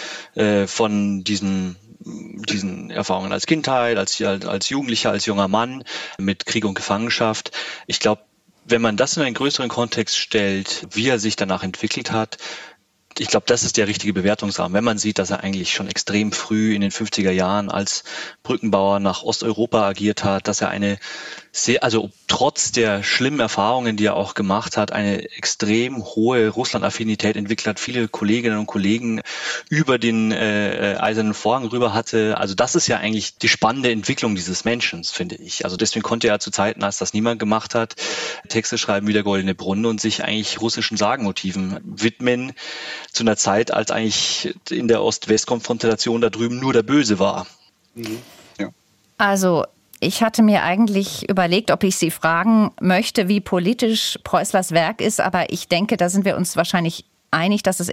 von diesen Erfahrungen als Kindheit, als Jugendlicher, als junger Mann mit Krieg und Gefangenschaft, ich glaube, wenn man das in einen größeren Kontext stellt, wie er sich danach entwickelt hat, ich glaube, das ist der richtige Bewertungsrahmen. Wenn man sieht, dass er eigentlich schon extrem früh in den 50er Jahren als Brückenbauer nach Osteuropa agiert hat, dass er trotz der schlimmen Erfahrungen, die er auch gemacht hat, eine extrem hohe Russland-Affinität entwickelt hat, viele Kolleginnen und Kollegen über den Eisernen Vorhang rüber hatte. Also das ist ja eigentlich die spannende Entwicklung dieses Menschen, finde ich. Also deswegen konnte er zu Zeiten, als das niemand gemacht hat, Texte schreiben wie der Goldene Brunnen und sich eigentlich russischen Sagenmotiven widmen, zu einer Zeit, als eigentlich in der Ost-West-Konfrontation da drüben nur der Böse war. Ja. Also ich hatte mir eigentlich überlegt, ob ich Sie fragen möchte, wie politisch Preußlers Werk ist, aber ich denke, da sind wir uns wahrscheinlich einig, dass es eher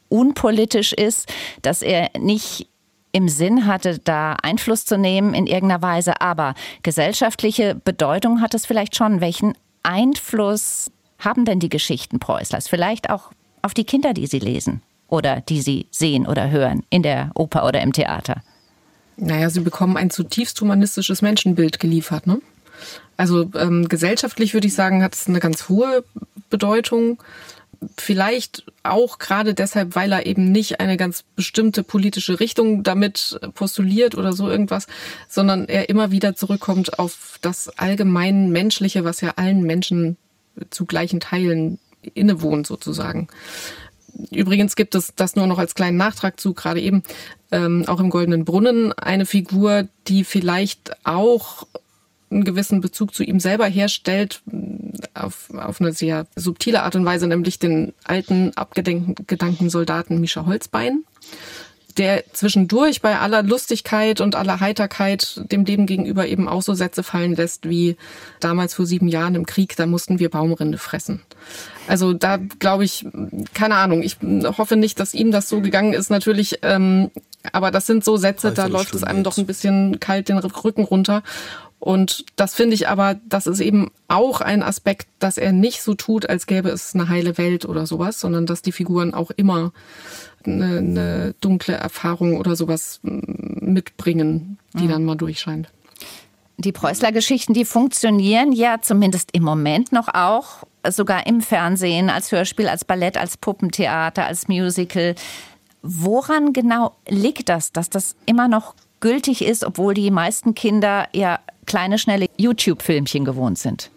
unpolitisch ist, dass er nicht im Sinn hatte, da Einfluss zu nehmen in irgendeiner Weise. Aber gesellschaftliche Bedeutung hat es vielleicht schon. Welchen Einfluss haben denn die Geschichten Preußlers? Vielleicht auch auf die Kinder, die sie lesen oder die sie sehen oder hören in der Oper oder im Theater? Naja, sie bekommen ein zutiefst humanistisches Menschenbild geliefert, ne? Also gesellschaftlich würde ich sagen, hat es eine ganz hohe Bedeutung. Vielleicht auch gerade deshalb, weil er eben nicht eine ganz bestimmte politische Richtung damit postuliert oder so irgendwas, sondern er immer wieder zurückkommt auf das allgemein Menschliche, was ja allen Menschen zu gleichen Teilen innewohnt sozusagen. Übrigens gibt es das nur noch als kleinen Nachtrag zu, gerade eben auch im Goldenen Brunnen, eine Figur, die vielleicht auch einen gewissen Bezug zu ihm selber herstellt, auf eine sehr subtile Art und Weise, nämlich den alten, abgedankten Soldaten Mischa Holzbein, der zwischendurch bei aller Lustigkeit und aller Heiterkeit dem Leben gegenüber eben auch so Sätze fallen lässt, wie damals vor 7 Jahren im Krieg, da mussten wir Baumrinde fressen. Also da glaube ich, keine Ahnung, ich hoffe nicht, dass ihm das so gegangen ist, natürlich, aber das sind so Sätze, da läuft es einem doch ein bisschen kalt den Rücken runter. Und das finde ich aber, das ist eben auch ein Aspekt, dass er nicht so tut, als gäbe es eine heile Welt oder sowas, sondern dass die Figuren auch immer eine dunkle Erfahrung oder sowas mitbringen, die dann mal durchscheint. Die Preußler-Geschichten, die funktionieren ja zumindest im Moment noch auch, sogar im Fernsehen, als Hörspiel, als Ballett, als Puppentheater, als Musical. Woran genau liegt das, dass das immer noch gültig ist, obwohl die meisten Kinder ja kleine, schnelle YouTube-Filmchen gewohnt sind?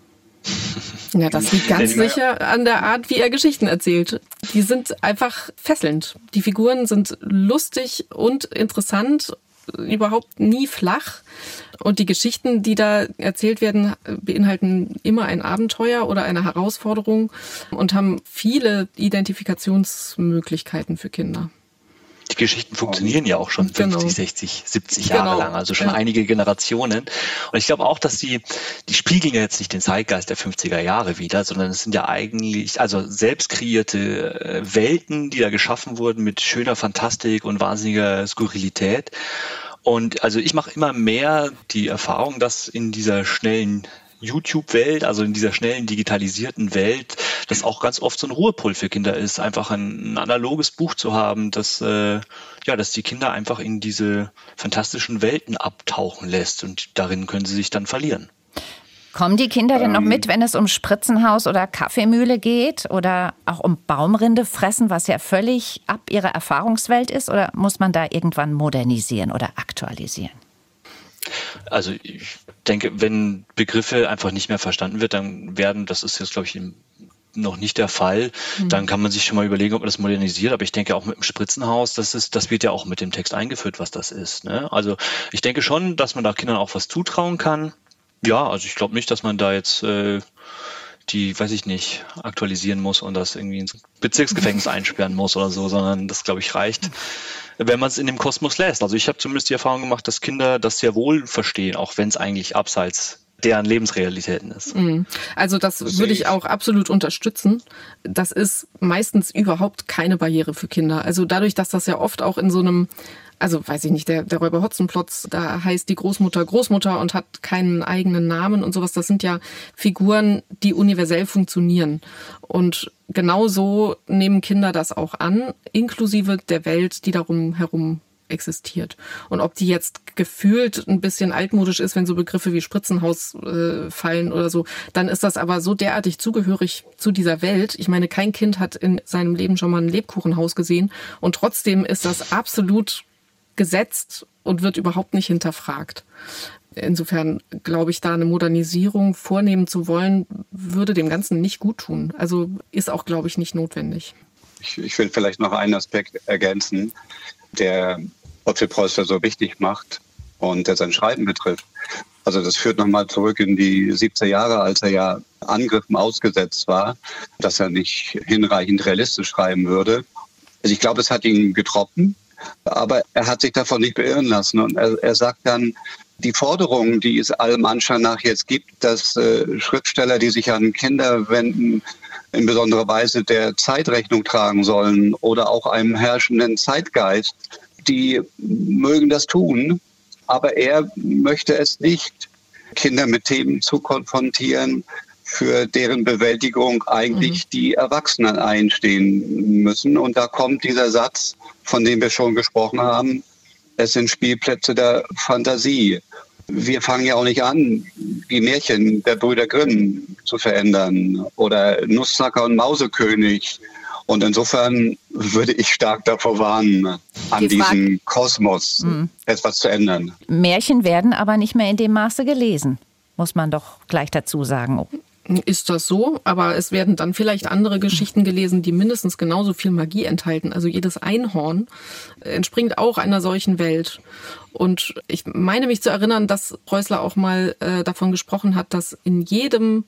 Ja, das liegt ganz sicher an der Art, wie er Geschichten erzählt. Die sind einfach fesselnd. Die Figuren sind lustig und interessant, überhaupt nie flach. Und die Geschichten, die da erzählt werden, beinhalten immer ein Abenteuer oder eine Herausforderung und haben viele Identifikationsmöglichkeiten für Kinder. Die Geschichten funktionieren ja auch schon 50, 60, 70 Jahre lang, also schon einige Generationen. Und ich glaube auch, dass die spiegeln ja jetzt nicht den Zeitgeist der 50er Jahre wider, sondern es sind ja eigentlich also selbst kreierte Welten, die da geschaffen wurden mit schöner Fantastik und wahnsinniger Skurrilität. Und also ich mache immer mehr die Erfahrung, dass in dieser schnellen YouTube-Welt, also in dieser schnellen digitalisierten Welt, das auch ganz oft so ein Ruhepol für Kinder ist, einfach ein analoges Buch zu haben, dass die Kinder einfach in diese fantastischen Welten abtauchen lässt und darin können sie sich dann verlieren. Kommen die Kinder denn noch mit, wenn es um Spritzenhaus oder Kaffeemühle geht oder auch um Baumrinde fressen, was ja völlig ab ihrer Erfahrungswelt ist, oder muss man da irgendwann modernisieren oder aktualisieren? Also ich denke, wenn Begriffe einfach nicht mehr verstanden wird, dann das ist jetzt glaube ich noch nicht der Fall, dann kann man sich schon mal überlegen, ob man das modernisiert, aber ich denke auch mit dem Spritzenhaus, das wird ja auch mit dem Text eingeführt, was das ist, ne? Also ich denke schon, dass man da Kindern auch was zutrauen kann. Ja, also ich glaube nicht, dass man da jetzt aktualisieren muss und das irgendwie ins Bezirksgefängnis einsperren muss oder so, sondern das, glaube ich, reicht, wenn man es in dem Kosmos lässt. Also ich habe zumindest die Erfahrung gemacht, dass Kinder das sehr wohl verstehen, auch wenn es eigentlich abseits deren Lebensrealitäten ist. Also das würde ich auch absolut unterstützen. Das ist meistens überhaupt keine Barriere für Kinder. Also dadurch, dass das ja oft auch in so einem, also weiß ich nicht, der Räuber Hotzenplotz, da heißt die Großmutter Großmutter und hat keinen eigenen Namen und sowas. Das sind ja Figuren, die universell funktionieren. Und genauso nehmen Kinder das auch an, inklusive der Welt, die darum herum existiert. Und ob die jetzt gefühlt ein bisschen altmodisch ist, wenn so Begriffe wie Spritzenhaus fallen oder so, dann ist das aber so derartig zugehörig zu dieser Welt. Ich meine, kein Kind hat in seinem Leben schon mal ein Lebkuchenhaus gesehen und trotzdem ist das absolut gesetzt und wird überhaupt nicht hinterfragt. Insofern glaube ich, da eine Modernisierung vornehmen zu wollen, würde dem Ganzen nicht gut tun. Also ist auch, glaube ich, nicht notwendig. Ich will vielleicht noch einen Aspekt ergänzen, der Ottfried Preußler so wichtig macht und der sein Schreiben betrifft. Also das führt nochmal zurück in die 70er Jahre, als er ja Angriffen ausgesetzt war, dass er nicht hinreichend realistisch schreiben würde. Also ich glaube, es hat ihn getroffen, aber er hat sich davon nicht beirren lassen. Und er sagt dann, die Forderung, die es allem Anschein nach jetzt gibt, dass Schriftsteller, die sich an Kinder wenden, in besonderer Weise der Zeit Rechnung tragen sollen oder auch einem herrschenden Zeitgeist, die mögen das tun, aber er möchte es nicht, Kinder mit Themen zu konfrontieren, für deren Bewältigung eigentlich die Erwachsenen einstehen müssen. Und da kommt dieser Satz, von dem wir schon gesprochen haben, es sind Spielplätze der Fantasie. Wir fangen ja auch nicht an, die Märchen der Brüder Grimm zu verändern oder Nussknacker und Mausekönig. Und insofern würde ich stark davor warnen, an diesem Kosmos etwas zu ändern. Märchen werden aber nicht mehr in dem Maße gelesen, muss man doch gleich dazu sagen. Ist das so? Aber es werden dann vielleicht andere Geschichten gelesen, die mindestens genauso viel Magie enthalten. Also jedes Einhorn entspringt auch einer solchen Welt. Und ich meine mich zu erinnern, dass Preußler auch mal davon gesprochen hat, dass in jedem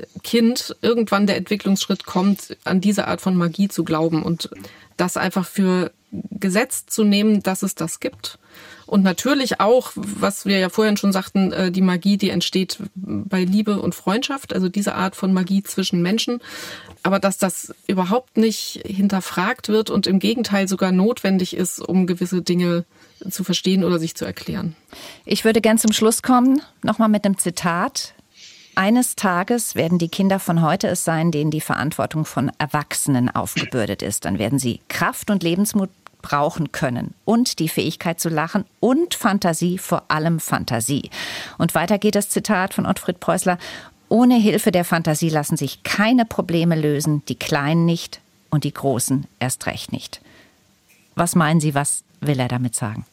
Kind irgendwann der Entwicklungsschritt kommt, an diese Art von Magie zu glauben und das einfach für gesetzt zu nehmen, dass es das gibt. Und natürlich auch, was wir ja vorhin schon sagten, die Magie, die entsteht bei Liebe und Freundschaft, also diese Art von Magie zwischen Menschen. Aber dass das überhaupt nicht hinterfragt wird und im Gegenteil sogar notwendig ist, um gewisse Dinge zu verstehen oder sich zu erklären. Ich würde gern zum Schluss kommen, nochmal mit einem Zitat. Eines Tages werden die Kinder von heute es sein, denen die Verantwortung von Erwachsenen aufgebürdet ist. Dann werden sie Kraft und Lebensmut brauchen können und die Fähigkeit zu lachen und Fantasie, vor allem Fantasie. Und weiter geht das Zitat von Ottfried Preußler: Ohne Hilfe der Fantasie lassen sich keine Probleme lösen, die Kleinen nicht und die Großen erst recht nicht. Was meinen Sie, was will er damit sagen?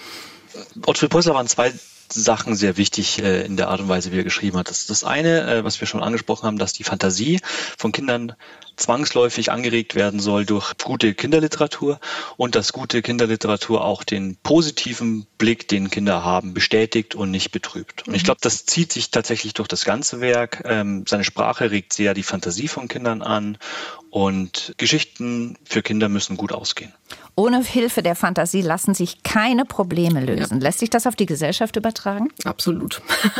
Ottfried Preußler waren zwei Sachen sehr wichtig in der Art und Weise, wie er geschrieben hat. Das ist das eine, was wir schon angesprochen haben, dass die Fantasie von Kindern zwangsläufig angeregt werden soll durch gute Kinderliteratur und dass gute Kinderliteratur auch den positiven Blick, den Kinder haben, bestätigt und nicht betrübt. Und ich glaube, das zieht sich tatsächlich durch das ganze Werk. Seine Sprache regt sehr die Fantasie von Kindern an und Geschichten für Kinder müssen gut ausgehen. Ohne Hilfe der Fantasie lassen sich keine Probleme lösen. Ja. Lässt sich das auf die Gesellschaft übertragen? Absolut.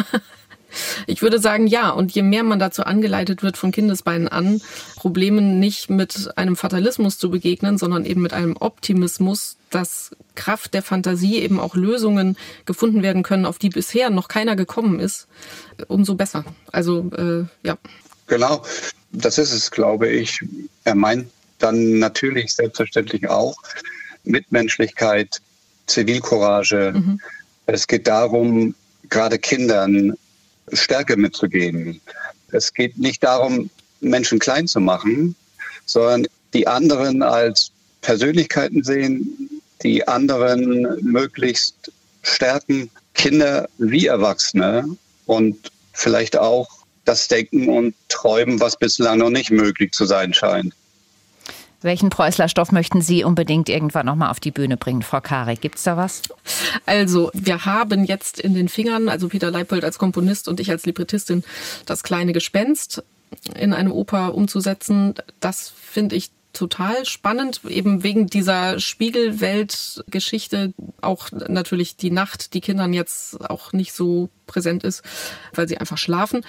Ich würde sagen, ja. Und je mehr man dazu angeleitet wird von Kindesbeinen an, Problemen nicht mit einem Fatalismus zu begegnen, sondern eben mit einem Optimismus, dass Kraft der Fantasie eben auch Lösungen gefunden werden können, auf die bisher noch keiner gekommen ist, umso besser. Also, ja. Genau, das ist es, glaube ich. Er meint dann natürlich selbstverständlich auch Mitmenschlichkeit, Zivilcourage. Es geht darum, gerade Kindern Stärke mitzugeben. Es geht nicht darum, Menschen klein zu machen, sondern die anderen als Persönlichkeiten sehen, die anderen möglichst stärken, Kinder wie Erwachsene und vielleicht auch das Denken und Träumen, was bislang noch nicht möglich zu sein scheint. Welchen Preußler-Stoff möchten Sie unbedingt irgendwann noch mal auf die Bühne bringen, Frau Karik? Gibt's da was? Also, wir haben jetzt in den Fingern, also Peter Leipold als Komponist und ich als Librettistin, das kleine Gespenst in eine Oper umzusetzen. Das finde ich total spannend, eben wegen dieser Spiegelweltgeschichte, auch natürlich die Nacht, die Kindern jetzt auch nicht so präsent ist, weil sie einfach schlafen.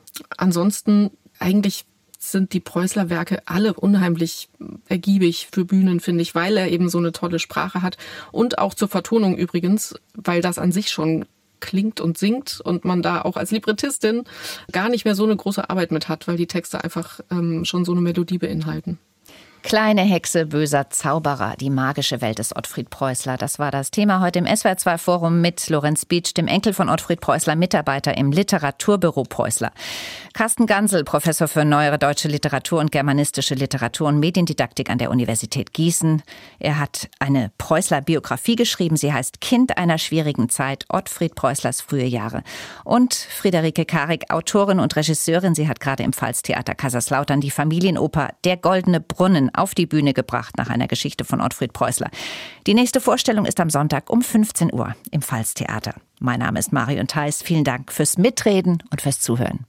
Ansonsten eigentlich sind die Preußler-Werke alle unheimlich ergiebig für Bühnen, finde ich, weil er eben so eine tolle Sprache hat. Und auch zur Vertonung übrigens, weil das an sich schon klingt und singt und man da auch als Librettistin gar nicht mehr so eine große Arbeit mit hat, weil die Texte einfach schon so eine Melodie beinhalten. Kleine Hexe, böser Zauberer, die magische Welt des Ottfried Preußler. Das war das Thema heute im SWR2-Forum mit Lorenz Beetsch, dem Enkel von Ottfried Preußler, Mitarbeiter im Literaturbüro Preußler. Carsten Gansel, Professor für Neuere Deutsche Literatur und Germanistische Literatur und Mediendidaktik an der Universität Gießen. Er hat eine Preußler-Biografie geschrieben. Sie heißt Kind einer schwierigen Zeit, Ottfried Preußlers frühe Jahre. Und Friederike Karik, Autorin und Regisseurin. Sie hat gerade im Pfalztheater Kaiserslautern die Familienoper Der Goldene Brunnen auf die Bühne gebracht nach einer Geschichte von Ottfried Preußler. Die nächste Vorstellung ist am Sonntag um 15 Uhr im Pfalztheater. Mein Name ist Marion Theis. Vielen Dank fürs Mitreden und fürs Zuhören.